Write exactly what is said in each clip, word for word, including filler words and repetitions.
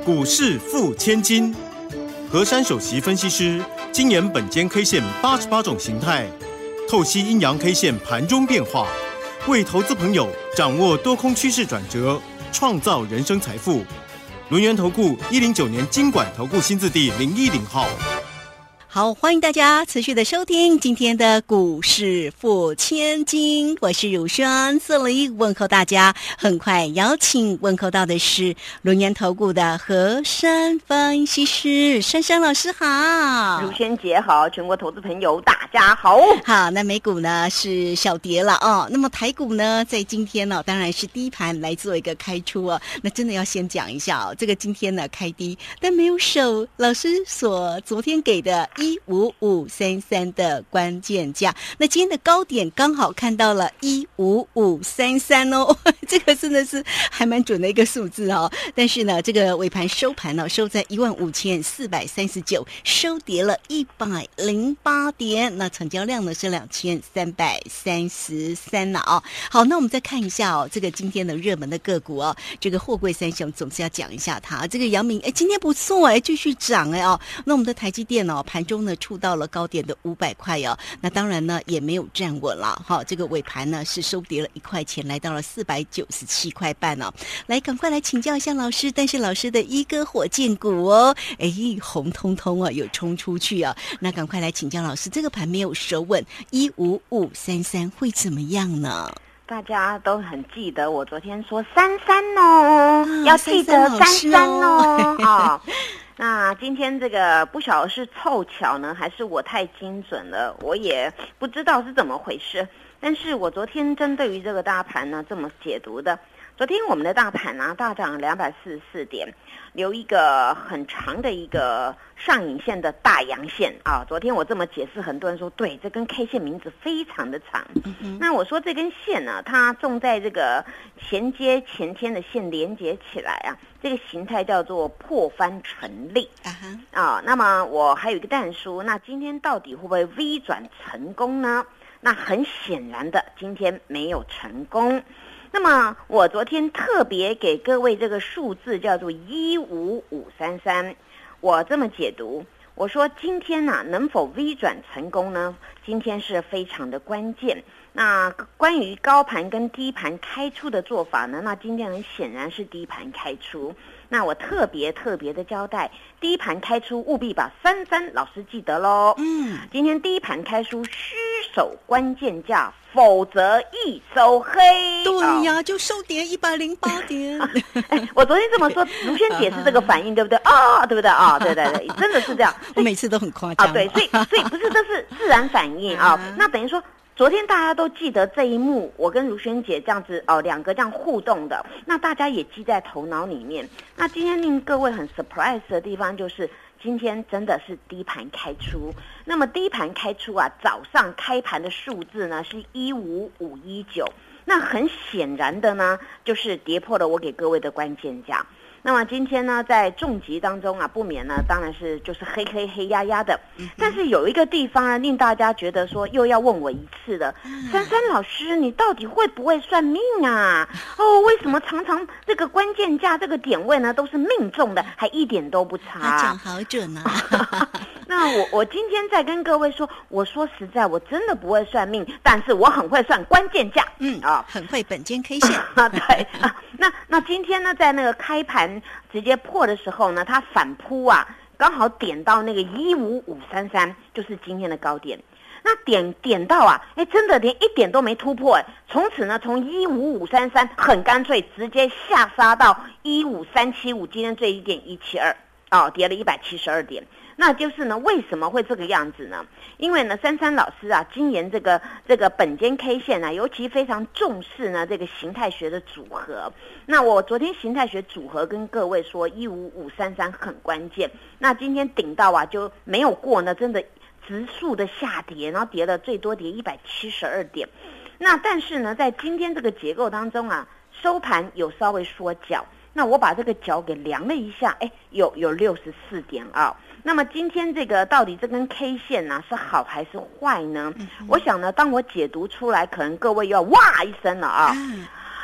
股市富千金，和山首席分析师精研本间 K 线八十八种形态，透析阴阳 K 线盘中变化，为投资朋友掌握多空趋势转折，创造人生财富。轮源投顾一零九年金管投顾新字第零一零号。 好，欢迎大家持续的收听今天的股市富千金，我是汝轩，这里问候大家。很快邀请问候到的是轮源投顾的和山分析师珊珊老师好。 汝轩姐好，全国投资朋友大家好。 好，那美股呢是小跌了哦，那么台股呢在今天呢、哦、当然是低盘来做一个开出哦，那真的要先讲一下哦，这个今天呢开低，但没有守老师所昨天给的一五五三三的关键价，那今天的高点刚好看到了一五五三三哦，这个真的是还蛮准的一个数字哦。但是呢，这个尾盘收盘呢、哦，收在一万五千四百三十九，收跌了一百零八点，那成交量呢是两千三百三十三了哦。好，那我们再看一下哦，这个今天的热门的个股哦，这个货柜三雄总是要讲一下它，这个阳明哎今天不错哎，继续涨哎哦。那我们的台积电哦，盘中呢触到了高点的五百块哦，那当然呢也没有站稳了哈、哦，这个尾盘呢是收跌了一块钱，来到了四百九十七块半哦。来，赶快来请教一下老师，但是老师的一哥火箭股哦，哎，红彤彤哦，有冲出去啊、哦，那赶快来请教老师，这个盘没有守稳，一五五三三会怎么样呢？ 大家都很记得我昨天说三三哦、啊，要记得三三哦啊。那今天这个不晓得是凑巧呢，还是我太精准了，我也不知道是怎么回事。但是我昨天针对于这个大盘呢，这么解读的。昨天我们的大盘呢、啊、大涨两百四十四点，留一个很长的一个上影线的大阳线啊。昨天我这么解释，很多人说对，这根 K 线名字非常的长。嗯、那我说这根线呢、啊，它重在这个衔接前天的线连接起来啊，这个形态叫做破翻成立啊。啊，那么我还有一个但书，那今天到底会不会 V 转成功呢？那很显然的，今天没有成功。那么我昨天特别给各位这个数字叫做一五五三三，我这么解读，我说今天呢、啊、能否 V 转成功呢？今天是非常的关键。那关于高盘跟低盘开出的做法呢，那今天很显然是低盘开出。那我特别特别的交代，低盘开出务必把三三老师记得咯。嗯，今天低盘开出需守关键价，否则一收黑。 对呀、哦，就收跌一百零八点。 哎，我昨天这么说，卢轩姐是这个反应对不对啊？对不对啊？对对对，真的是这样。 我每次都很夸张啊，对，所以所以不是，这是自然反应啊。那等于说，昨天大家都记得这一幕，我跟如萱姐这样子哦，两个这样互动的，那大家也记在头脑里面。那今天令各位很 surprise 的地方就是，今天真的是低盘开出。那么低盘开出啊，早上开盘的数字呢是一五五一九，那很显然的呢，就是跌破了我给各位的关键价。那么今天呢，在重击当中啊，不免呢，当然是就是黑黑黑压压的。但是有一个地方呢，令大家觉得说又要问我一次了，珊珊老师，你到底会不会算命啊？哦，为什么常常这个关键价这个点位呢都是命中的，还一点都不差？ 他讲好准啊！ 那我我今天在跟各位说，我说实在，我真的不会算命，但是我很会算关键价。 嗯啊，很会本间 K 线啊，对啊。那那今天呢，在那个开盘直接破的时候呢，它反扑啊，刚好点到那个一五五三三，就是今天的高点。那点点到啊，哎，真的连一点都没突破哎。从此呢，从一五五三三很干脆直接下杀到一五三七五，今天最低点一七二，哦，跌了一百七十二点。那就是呢，为什么会这个样子呢？因为呢，珊珊老师啊，精研这个这个本间 K 线啊，尤其非常重视呢这个形态学的组合。那我昨天形态学组合跟各位说，一五五三三很关键。那今天顶到啊就没有过呢，真的直速的下跌，然后跌了最多跌一百七十二点。那但是呢，在今天这个结构当中啊，收盘有稍微缩脚。那我把这个脚给量了一下，哎，有有六十四点啊。那么今天这个到底这根 K 线呢、啊、是好还是坏呢？嗯、我想呢，当我解读出来，可能各位又要哇一声了啊。嗯、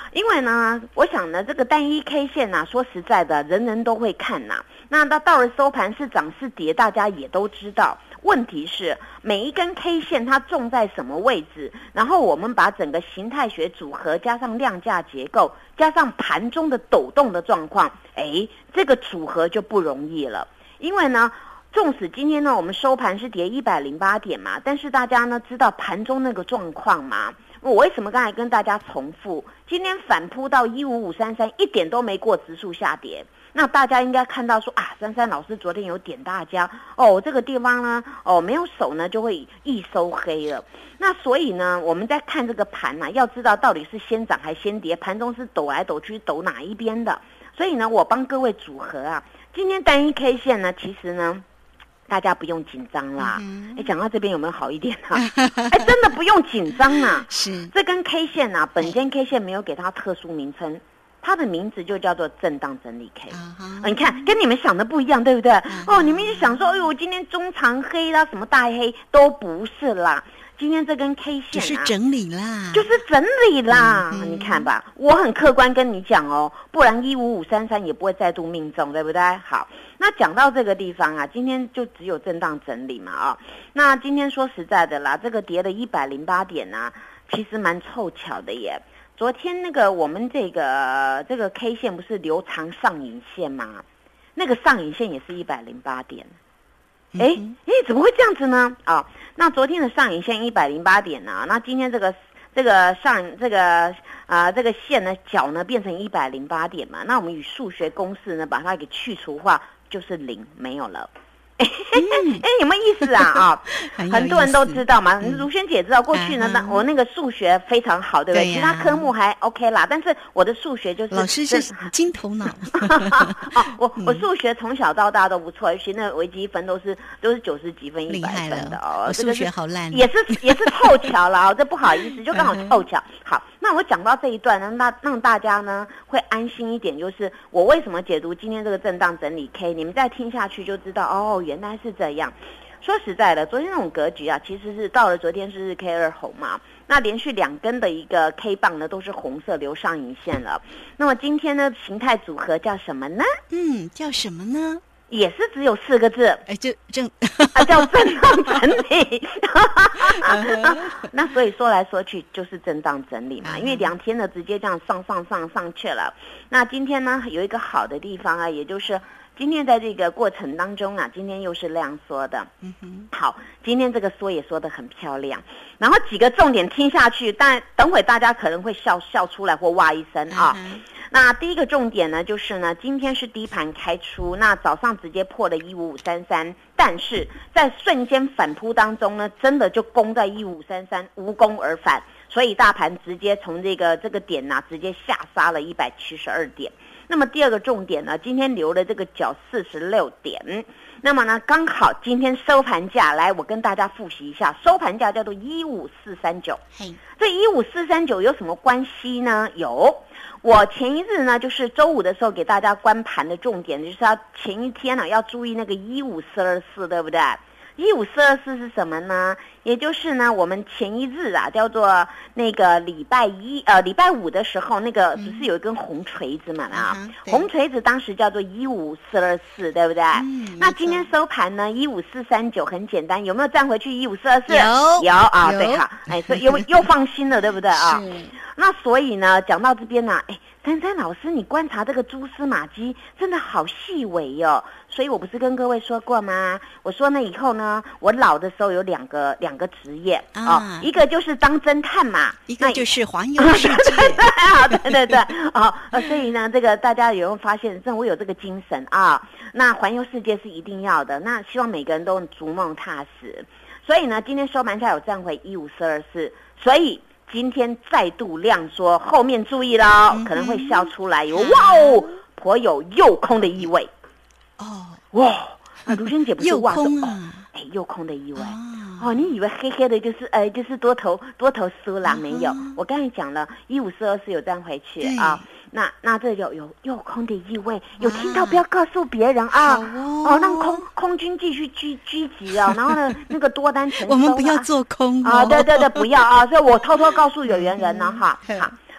因为呢，我想呢，这个单一 K 线啊，说实在的，人人都会看呐、啊。那到到了收盘是涨是跌，大家也都知道。问题是每一根 K 线它重在什么位置，然后我们把整个形态学组合加上量价结构，加上盘中的抖动的状况，哎，这个组合就不容易了。因为呢，纵使今天呢我们收盘是跌一百零八点嘛，但是大家呢知道盘中那个状况嘛？我为什么刚才跟大家重复？今天反扑到一五五三三，一点都没过，指数下跌。那大家应该看到说啊，珊珊老师昨天有点大家哦，这个地方呢，哦没有手呢就会一收黑了。那所以呢，我们在看这个盘啊，要知道到底是先涨还先跌，盘中是抖来抖去，抖哪一边的。所以呢，我帮各位组合啊，今天单一 K 线呢，其实呢，大家不用紧张啦。哎、嗯，讲到这边有没有好一点啊？哎，真的不用紧张啊。 是这根 K 线啊，本间 K 线没有给它特殊名称。它的名字就叫做震荡整理 K，、uh-huh. 你看跟你们想的不一样，对不对？ Uh-huh. 哦，你们就想说，哎呦，今天中长黑啦，什么大黑都不是啦。今天这根 K 线啊， 就是整理啦， 就是整理啦。 嗯、 你看吧，我很客观跟你讲哦，不然一五五三三也不会再度命中，对不对？好，那讲到这个地方啊，今天就只有震荡整理嘛啊、哦。那今天说实在的啦，这个跌了一百零八点啊，其实蛮凑巧的耶。昨天那个我们这个这个 K 线不是留长上影线吗？那个上影线也是一百零八点。哎哎，怎么会这样子呢？啊、哦，那昨天的上影线一百零八点呢、啊？那今天这个这个上这个啊、呃、这个线呢角呢变成一百零八点嘛？那我们以数学公式呢把它给去除化，就是零，没有了。哎、嗯，有没有意思啊？啊、哦，很多人都知道嘛。如萱姐知道，过去呢，嗯、我那个数学非常好，对不对？对啊、其他科目还 OK 啦，但是我的数学就是老师是金头脑。 哦，我我数学从小到大都不错，尤其那微积分都是都是九十几分、一百分的哦。 我数学好烂， 也是也是凑巧了哦，这不好意思，就刚好凑巧。好，那我讲到这一段呢，那让大家呢会安心一点，就是我为什么解读今天这个震荡整理 K， 你们再听下去就知道哦。原来是这样。说实在的，昨天那种格局啊，其实是到了昨天是日 K 二红嘛，那连续两根的一个 K 棒呢都是红色留上影线了。那么今天呢，形态组合叫什么呢？ 嗯，叫什么呢？ 也是只有四个字， 哎，就正啊，叫震荡整理。那所以说来说去就是震荡整理嘛，因为两天呢直接这样上上上上去了。那今天呢有一个好的地方啊，也就是今天在这个过程当中啊，今天又是量缩的。嗯哼，好，今天这个缩也缩得很漂亮。然后几个重点听下去，但等会大家可能会笑笑出来或哇一声啊。嗯，那第一个重点呢，就是呢，今天是低盘开出，那早上直接破了一五五三三，但是在瞬间反扑当中呢，真的就攻在一五五三三，无功而返，所以大盘直接从这个这个点呢、啊，直接下杀了一百七十二点。那么第二个重点呢，今天留了这个角四十六点，那么呢，刚好今天收盘价，来，我跟大家复习一下，收盘价叫做一五四三九。嘿，这一五四三九有什么关系呢？有。我前一日呢，就是周五的时候给大家观盘的重点，就是要前一天呢、啊、要注意那个一五四二四，对不对？一五四二四是什么呢？也就是呢，我们前一日啊，叫做那个礼拜一呃礼拜五的时候，那个不是有一根红锤子嘛啊、嗯，红锤子当时叫做一五四二四，对不对？嗯，那今天收盘呢，一五四三九，很简单，有没有站回去一五四二四？ 有有啊，对哈，哎，所以又又放心了，对不对啊？那所以呢，讲到这边呢、啊，哎，珊珊老师，你观察这个蛛丝马迹真的好细微哟、哦。所以我不是跟各位说过吗？我说呢，以后呢，我老的时候有两个两个职业啊、哦，一个就是当侦探嘛， 一个就是环游世界。 对对对，哦，所以呢，这个大家有没有发现，正我有这个精神啊？那环游世界是一定要的。那希望每个人都逐梦踏实。所以呢，今天收盘价有站回一五四二四，所以今天再度量缩，后面注意咯、嗯、可能会笑出来，有哇哦，颇有诱空的意味。哦，哇，那卢萱姐不是哇空啊？哎，诱空的意味。哦, 哦，你以为黑黑的就是呃就是多头多头输啦、嗯？没有，我刚才讲了，一五四二四有站回去啊。那那这有有诱空的意味，有听到不要告诉别人啊。哦, 哦，让空空军继续狙狙击啊，然后呢那个多单承收、啊。 我们不要做空、哦、 啊，对对对，不要啊。所以我偷偷告诉有缘人呢、啊、哈。好，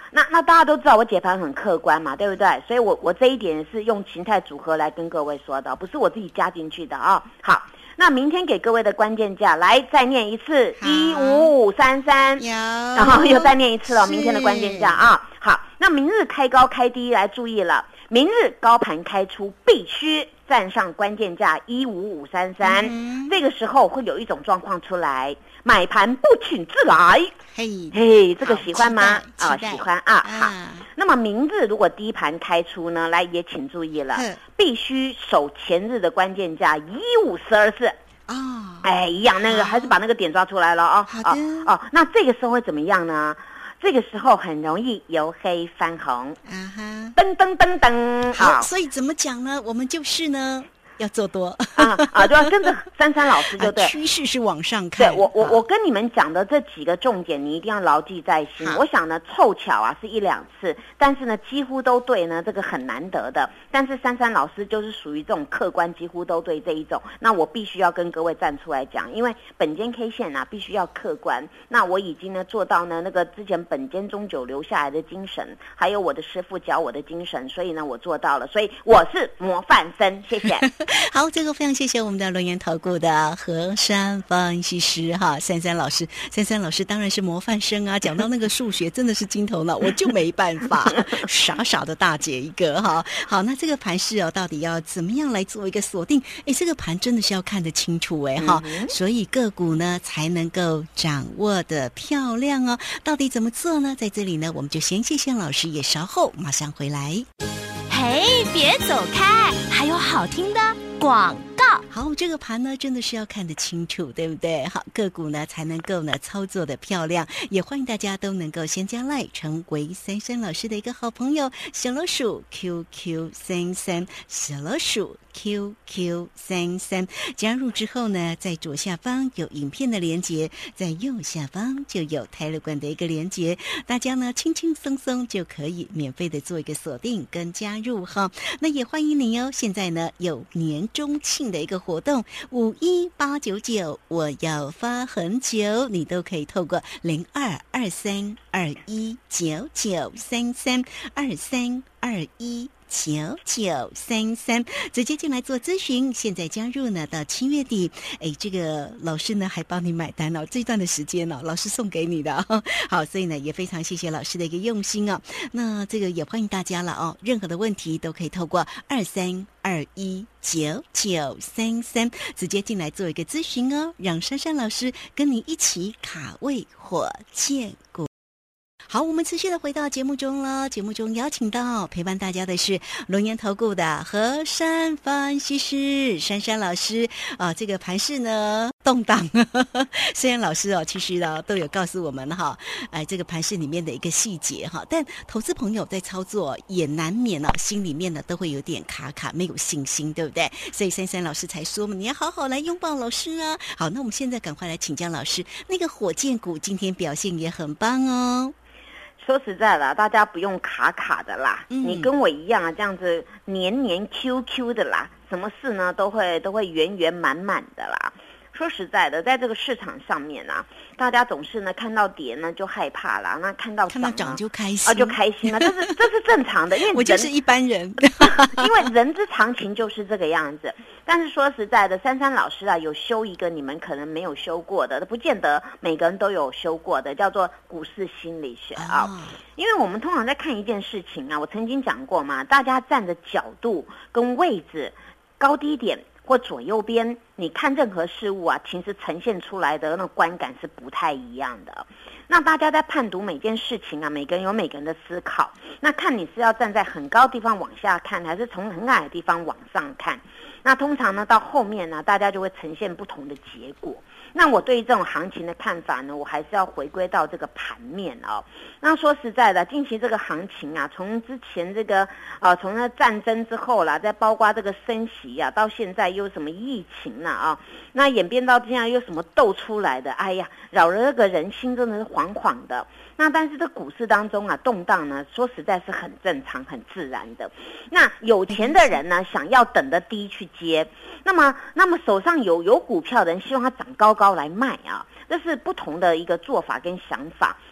那那大家都知道我解盘很客观嘛，对不对？所以我我这一点是用形态组合来跟各位说的，不是我自己加进去的啊。好，那明天给各位的关键价，来再念一次一五五三三，然后又再念一次了，明天的关键价啊。好，那明日开高开低来注意了，明日高盘开出必须站上关键价一五五三三，这个时候会有一种状况出来，买盘不请自来。嘿嘿，这个喜欢吗？啊、哦，喜欢啊。好，啊、那么明日如果低盘开出呢，来也请注意了，必须守前日的关键价一五四二四。哦，哎，一样，那个还是把那个点抓出来了哦。好的。哦哦，那这个时候会怎么样呢？这个时候很容易由黑翻红。啊哈，噔噔噔噔。 好，所以怎么讲呢？我们就是呢。要做多啊啊，就要跟着珊珊老师就对， 趋势是往上看。 对我我我跟你们讲的这几个重点，你一定要牢记在心。我想呢，凑巧啊是一两次，但是呢几乎都对呢，这个很难得的。但是珊珊老师就是属于这种客观几乎都对这一种，那我必须要跟各位站出来讲，因为本间 K 线啊必须要客观。那我已经呢做到呢那个之前本间中久留下来的精神，还有我的师父教我的精神，所以呢我做到了，所以我是模范生，谢谢。 好，这个非常谢谢我们的轮研投顾的和珊分析师哈，珊珊老师，珊珊老师当然是模范生啊，讲到那个数学真的是金头脑，我就没办法，傻傻的大姐一个哈。好，那这个盘势哦，到底要怎么样来做一个锁定？哎，这个盘真的是要看得清楚哎哈，嗯、所以个股呢才能够掌握的漂亮哦。到底怎么做呢？在这里呢，我们就先谢谢老师，也稍后马上回来。 嘿，别走开，还有好听的广告。 好，这个盘呢真的是要看得清楚，对不对？好，个股呢才能够呢操作的漂亮，也欢迎大家都能够先加赖成为珊珊老师的一个好朋友，小老鼠 Q Q 三三，小老鼠 Q Q 三三，加入之后呢，在左下方有影片的连结，在右下方就有Telegram的一个连结，大家呢轻轻松松就可以免费的做一个锁定跟加入哈。那也欢迎你哦，现在呢有年中庆的一个活动，五一八九九，我要发很久，你都可以透过零二二三二一九九三三二三二一。九九三三直接进来做咨询，现在加入呢到七月底，哎，这个老师呢还帮你买单哦，这段的时间哦，老师送给你的、哦、好，所以呢也非常谢谢老师的一个用心哦。那这个也欢迎大家了哦，任何的问题都可以透过二三二一九九三三直接进来做一个咨询哦，让珊珊老师跟你一起卡位火箭股。好，我们持续的回到节目中了。节目中邀请到陪伴大家的是轮研投顾的和珊分析师珊珊老师啊。这个盘势呢动荡，虽然老师哦其实呢都有告诉我们哈，哎这个盘势里面的一个细节哈，但投资朋友在操作也难免哦，心里面呢都会有点卡卡，没有信心，对不对？所以珊珊老师才说嘛，你要好好来拥抱老师啊。好，那我们现在赶快来请教老师，那个火箭股今天表现也很棒哦。 说实在的，大家不用卡卡的啦，嗯、你跟我一样啊，这样子年年 Q Q 的啦，什么事呢都会都会圆圆满满的啦。说实在的，在这个市场上面啊，大家总是呢看到跌呢就害怕啦，那看到看到涨就开心啊，就开心了，这是这是正常的，因为我就是一般人， 因为人之常情就是这个样子。但是说实在的，珊珊老师啊有修一个你们可能没有修过的，不见得每个人都有修过的，叫做股市心理学啊。哦、因为我们通常在看一件事情啊，我曾经讲过嘛，大家站的角度跟位置、高低点或左右边，你看任何事物啊，其实呈现出来的那观感是不太一样的。那大家在判读每件事情啊，每个人有每个人的思考，那看你是要站在很高的地方往下看，还是从很矮的地方往上看。那通常呢，到后面呢，大家就会呈现不同的结果。那我对于这种行情的看法呢，我还是要回归到这个盘面哦。那说实在的，近期这个行情啊，从之前这个呃，从那战争之后啦，再包括这个升息啊，到现在又什么疫情了 啊, 啊，那演变到现在又什么斗出来的，哎呀，扰了那个人心真的是惶惶的。那但是这股市当中啊，动荡呢，说实在是很正常、很自然的。那有钱的人呢，想要等得低去接，那么那么手上有有股票的人，希望它涨高高来卖啊，这是不同的一个做法跟想法。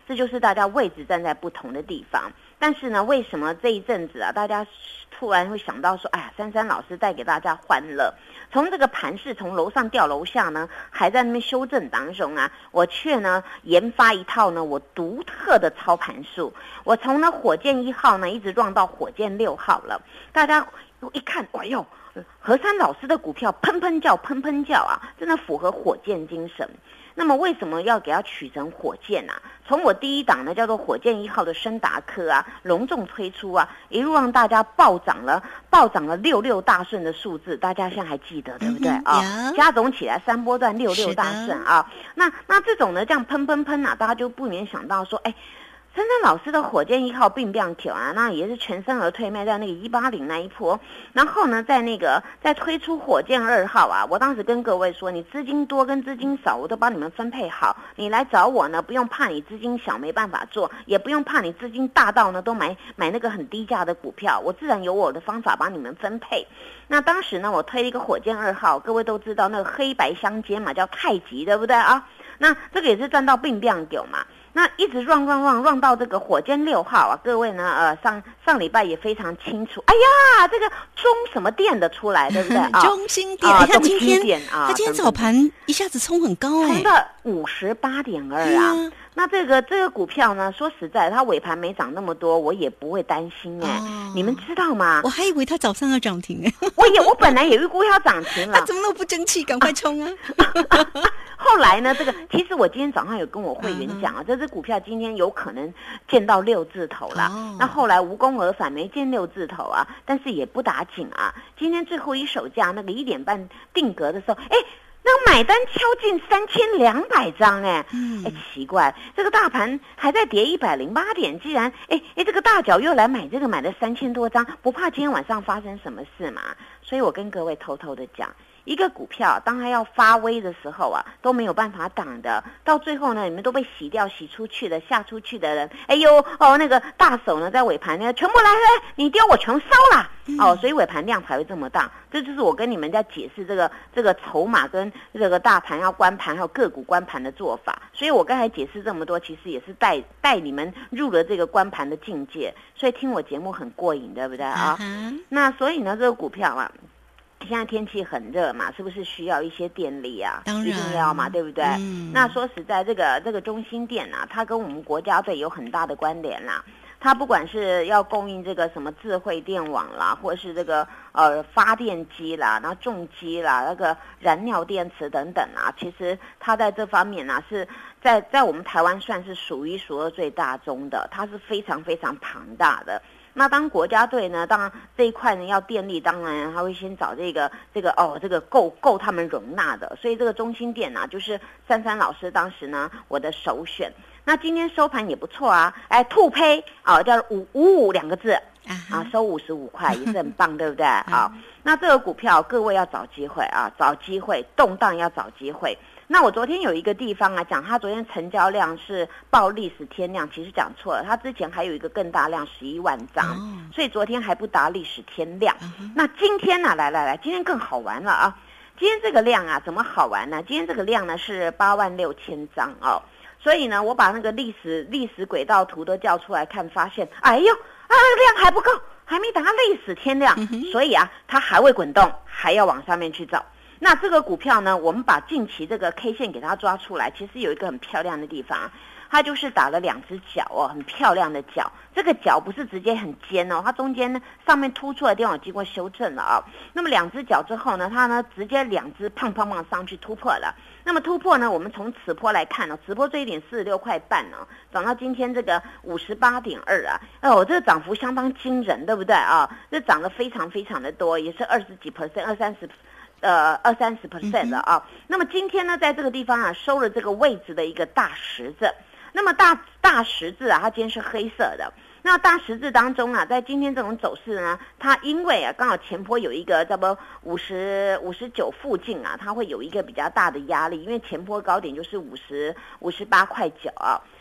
这就是大家位置站在不同的地方。但是呢，为什么这一阵子啊，大家突然会想到说，哎呀，珊珊老师带给大家欢乐，从这个盘势从楼上掉楼下呢，还在那边修正当中啊，我却呢研发一套呢我独特的操盘术。我从呢火箭一号呢一直撞到火箭六号了，大家一看，哎呦，和珊老师的股票喷喷叫喷喷叫啊，真的符合火箭精神。那么为什么要给它取成火箭啊？从我第一档呢叫做火箭一号的昇達科啊，隆重推出啊，一路让大家暴涨了，暴涨了六六大顺的数字，大家现在还记得对不对、嗯、啊？加总起来三波段六六大顺啊。那那这种呢这样喷喷喷啊，大家就不免想到说，哎。珊珊老师的火箭一号并量条啊，那也是全身而退卖在那个一八零那一波，然后呢，在那个在推出火箭二号啊，我当时跟各位说，你资金多跟资金少，我都帮你们分配好，你来找我呢，不用怕你资金小没办法做，也不用怕你资金大到呢都买买那个很低价的股票，我自然有我的方法帮你们分配。那当时呢，我推了一个火箭二号，各位都知道那个黑白相间嘛，叫太极，对不对啊？那这个也是赚到并量九嘛。那一直 run run run run 到这个火箭六号啊，各位呢，呃，上上礼拜也非常清楚。哎呀，这个中什么电的出来，对不对啊？ 中兴电， 啊， 像今天啊， 它今天早盘一下子冲很高哎、欸， 冲到五十八点二啊。嗯、那这个这个股票呢，说实在，它尾盘没涨那么多，我也不会担心哎、欸哦。你们知道吗？ 我还以为它早上要涨停哎、欸。 我也我本来也预估要涨停了， 它怎么那么不争气？赶快冲啊！ 后来呢，这个其实我今天早上有跟我会员讲啊，这只股票今天有可能见到六字头啦。哦、那后来无功而返，没见六字头啊，但是也不打紧啊。今天最后一手价那个一点半定格的时候，哎，那个买单敲进三千两百张哎，嗯，哎奇怪，这个大盘还在跌一百零八点，既然哎哎这个大脚又来买这个买了三千多张，不怕今天晚上发生什么事嘛？所以我跟各位偷偷的讲。一个股票当它要发威的时候啊，都没有办法挡的，到最后呢，你们都被洗掉、洗出去的、下出去的人，哎呦哦，那个大手呢在尾盘呢全部来来，你丢我全烧了、嗯、哦，所以尾盘量才会这么大。这就是我跟你们在解释这个这个筹码跟这个大盘要关盘还有个股关盘的做法。所以我刚才解释这么多，其实也是带带你们入了这个关盘的境界，所以听我节目很过瘾，对不对啊？嗯、那所以呢，这个股票啊。现在天气很热嘛，是不是需要一些电力啊？ 当然一定要嘛，对不对？嗯、那说实在，这个这个中兴电啊，它跟我们国家队有很大的关联啦。它不管是要供应这个什么智慧电网啦，或是这个呃发电机啦，然后重机啦，那个燃料电池等等啊，其实它在这方面啊是在在我们台湾算是数一数二最大宗的，它是非常非常庞大的。那当国家队呢，当然这一块呢要电力，当然他会先找这个这个哦，这个够够他们容纳的，所以这个中兴电啊，就是珊珊老师当时呢我的首选。那今天收盘也不错啊，哎，兔胚啊，叫五五五两个字啊，收五十五块也是很棒，对不对啊？那这个股票各位要找机会啊，找机会，动荡要找机会。那我昨天有一个地方啊，讲他昨天成交量是报历史天量，其实讲错了，他之前还有一个更大量十一万张，哦、所以昨天还不达历史天量。嗯、那今天呢、啊，来来来，今天更好玩了啊！今天这个量啊，怎么好玩呢？今天这个量呢是八万六千张哦，所以呢，我把那个历史历史轨道图都叫出来看，发现，哎呦，啊，量还不够，还没达历史天量，嗯、所以啊，它还会滚动，还要往上面去走。那这个股票呢，我们把近期这个 K 线给它抓出来，其实有一个很漂亮的地方，它就是打了两只角哦，很漂亮的角。这个角不是直接很尖哦，它中间呢上面突出的地方有经过修正了啊、哦。那么两只角之后呢，它呢直接两只胖胖胖上去突破了。那么突破呢，我们从此波来看呢、哦，此波最低四十六块半哦，涨到今天这个五十八点二啊，哦，这个涨幅相当惊人，对不对啊？这涨得非常非常的多，也是二十几 percent， 二三十。呃，二三十 percent 了啊。那么今天呢，在这个地方啊，收了这个位置的一个大十字。那么大大十字啊，它今天是黑色的。那大十字当中啊，在今天这种走势呢，它因为啊，刚好前波有一个差不多五十五十九附近啊，它会有一个比较大的压力，因为前波高点就是五十五十八块九啊。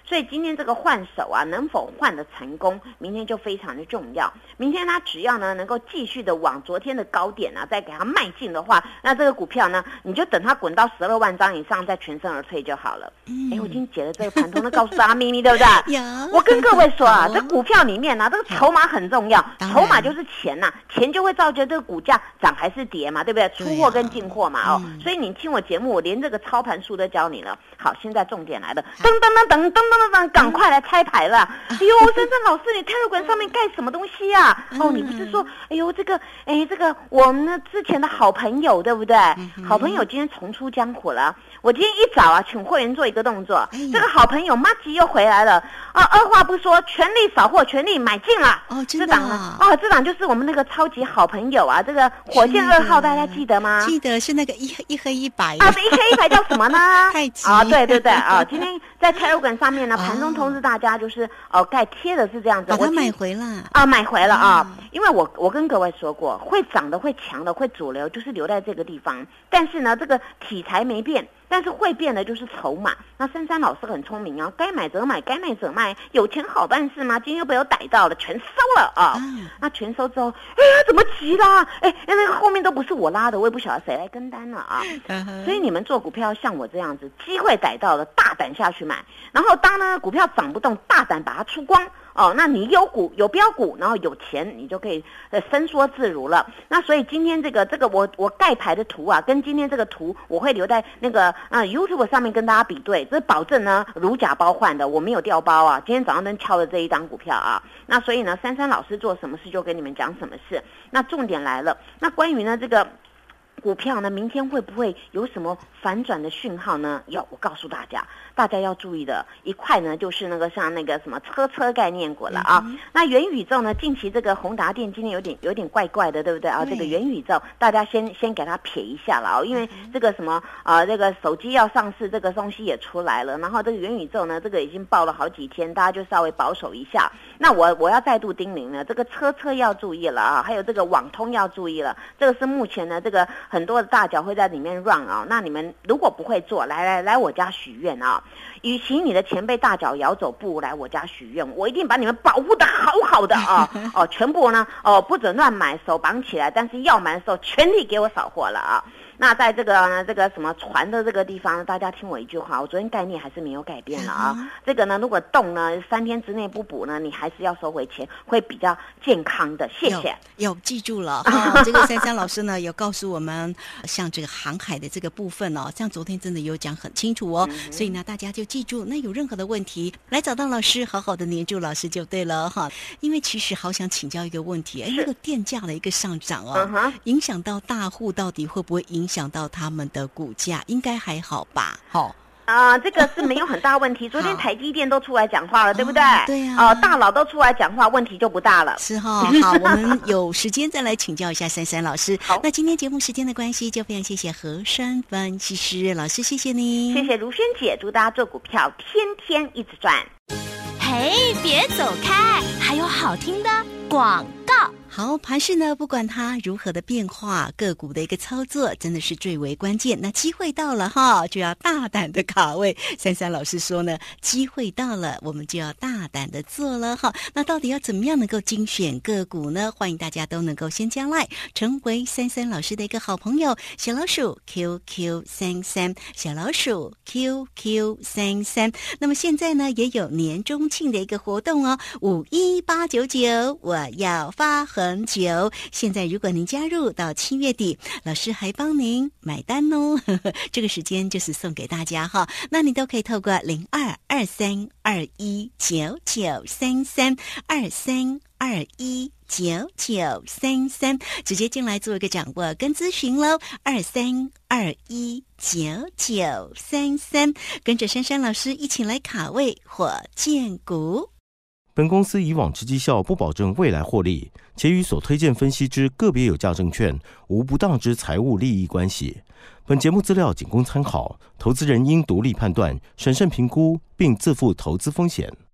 所以今天这个换手啊，能否换得成功，明天就非常的重要。明天它只要呢能够继续的往昨天的高点啊再给它迈进的话，那这个股票呢，你就等它滚到十二万张以上再全身而退就好了。嗯，哎，我已经解了这个盘通，都告诉大家秘密，对不对？ 有。 我跟各位说啊，这股票里面呢、啊，这个筹码很重要，筹码就是钱呐、啊，钱就会造就这个股价涨还是跌嘛，对不对？出货跟进货嘛，哦，嗯、所以你听我节目，我连这个操盘术都教你了。好，现在重点来了，噔噔噔噔噔噔噔噔，赶快来拆牌了！哎呦，珊珊老师，你Telegram上面盖什么东西啊？哦，你不是说，哎呦，这个，哎，这个我们之前的好朋友，对不对？好朋友今天重出江湖了。我今天一早啊，请会员做一个动作，这个好朋友麻吉又回来了啊！二话不说，全力扫货，全力买进了。 哦，真的啊！ 哦，这档就是我们那个超级好朋友啊，这个火箭二号，大家记得吗？ 记得是那个一一黑一白啊，这一黑一白叫什么呢？ 太极啊，对对对啊！今天在 Telegram 上面呢，盘中通知大家，就是哦，盖贴的是这样子， 把它买回了啊，买回了啊！因为我我跟各位说过，会涨的、会强的、会主流，就是留在这个地方。但是呢，这个题材没变。但是会变的就是筹码。那珊珊老师很聪明啊，该买则买，该卖则卖，有钱好办事吗？今天又被我逮到了，全收了啊！嗯、那全收之后，哎呀，怎么急啦？哎，那个后面都不是我拉的，我也不晓得谁来跟单了啊！嗯、所以你们做股票像我这样子，机会逮到了，大胆下去买，然后当呢股票涨不动，大胆把它出光。哦，那你有股有标股，然后有钱，你就可以呃伸缩自如了。那所以今天这个这个我我盖牌的图啊，跟今天这个图我会留在那个呃 YouTube 上面跟大家比对，这保证呢如假包换的，我没有调包啊。今天早上灯敲的这一张股票啊，那所以呢，珊珊老师做什么事就跟你们讲什么事。那重点来了，那关于呢这个股票呢，明天会不会有什么反转的讯号呢？有，我告诉大家，大家要注意的一块呢，就是那个像那个什么车车概念股了啊。嗯、那元宇宙呢，近期这个宏达电今天有点有点怪怪的，对不对啊？这个元宇宙，大家先先给它撇一下了啊，因为这个什么啊、呃，这个手机要上市，这个东西也出来了，然后这个元宇宙呢，这个已经报了好几天，大家就稍微保守一下。那我我要再度叮咛呢，这个车车要注意了啊，还有这个网通要注意了，这个是目前呢这个很多的大脚会在里面 run 啊。那你们如果不会做，来来来我家许愿啊，与其你的钱被大脚咬走，不如来我家许愿，我一定把你们保护的好好的啊！哦，全部呢哦不准乱买，手绑起来，但是要买的时候全力给我扫货了啊！那在这个呢，这个什么船的这个地方，大家听我一句话，我昨天概念还是没有改变了啊。嗯、这个呢，如果动呢，三天之内不补呢，你还是要收回钱，会比较健康的。谢谢。 有, 有记住了哈、哦，这个珊珊老师呢有告诉我们，像这个航海的这个部分哦，像昨天真的有讲很清楚哦，嗯、所以呢大家就记住，那有任何的问题来找到老师，好好的黏住老师就对了哈。因为其实好想请教一个问题，哎，那个电价的一个上涨哦，嗯、影响到大户到底会不会影响到他们的股价？应该还好吧？好、哦。 啊、呃，这个是没有很大问题。昨天台积电都出来讲话了，对不对？ 对呀、 啊。哦、呃，大佬都出来讲话，问题就不大了。 是哈、哦。好，我们有时间再来请教一下珊珊老师。好，那今天节目时间的关系，就非常谢谢和珊分析师老师，谢谢您。 谢谢如萱姐，祝大家做股票天天一直赚。 嘿，别走开，还有好听的广告。 好，盘势呢，不管它如何的变化，个股的一个操作真的是最为关键。那机会到了哈，就要大胆的卡位。珊珊老师说呢，机会到了，我们就要大胆的做了哈。那到底要怎么样能够精选个股呢？欢迎大家都能够先加 LINE， 成为珊珊老师的一个好朋友。小老鼠 Q Q 三三， 小老鼠 Q Q 三三。那么现在呢，也有年中庆的一个活动哦，五一八九九，我要发横很久，现在如果您加入到七月底，老师还帮您买单哦。呵呵，这个时间就是送给大家哈，那你都可以透过零二二三二一九九三三二三二一九九三三直接进来做一个掌握跟咨询喽。二三二一九九三三，跟着珊珊老师一起来卡位火箭股。 本公司以往之绩效不保证未来获利，且与所推荐分析之个别有价证券无不当之财务利益关系。本节目资料仅供参考，投资人应独立判断、审慎评估，并自负投资风险。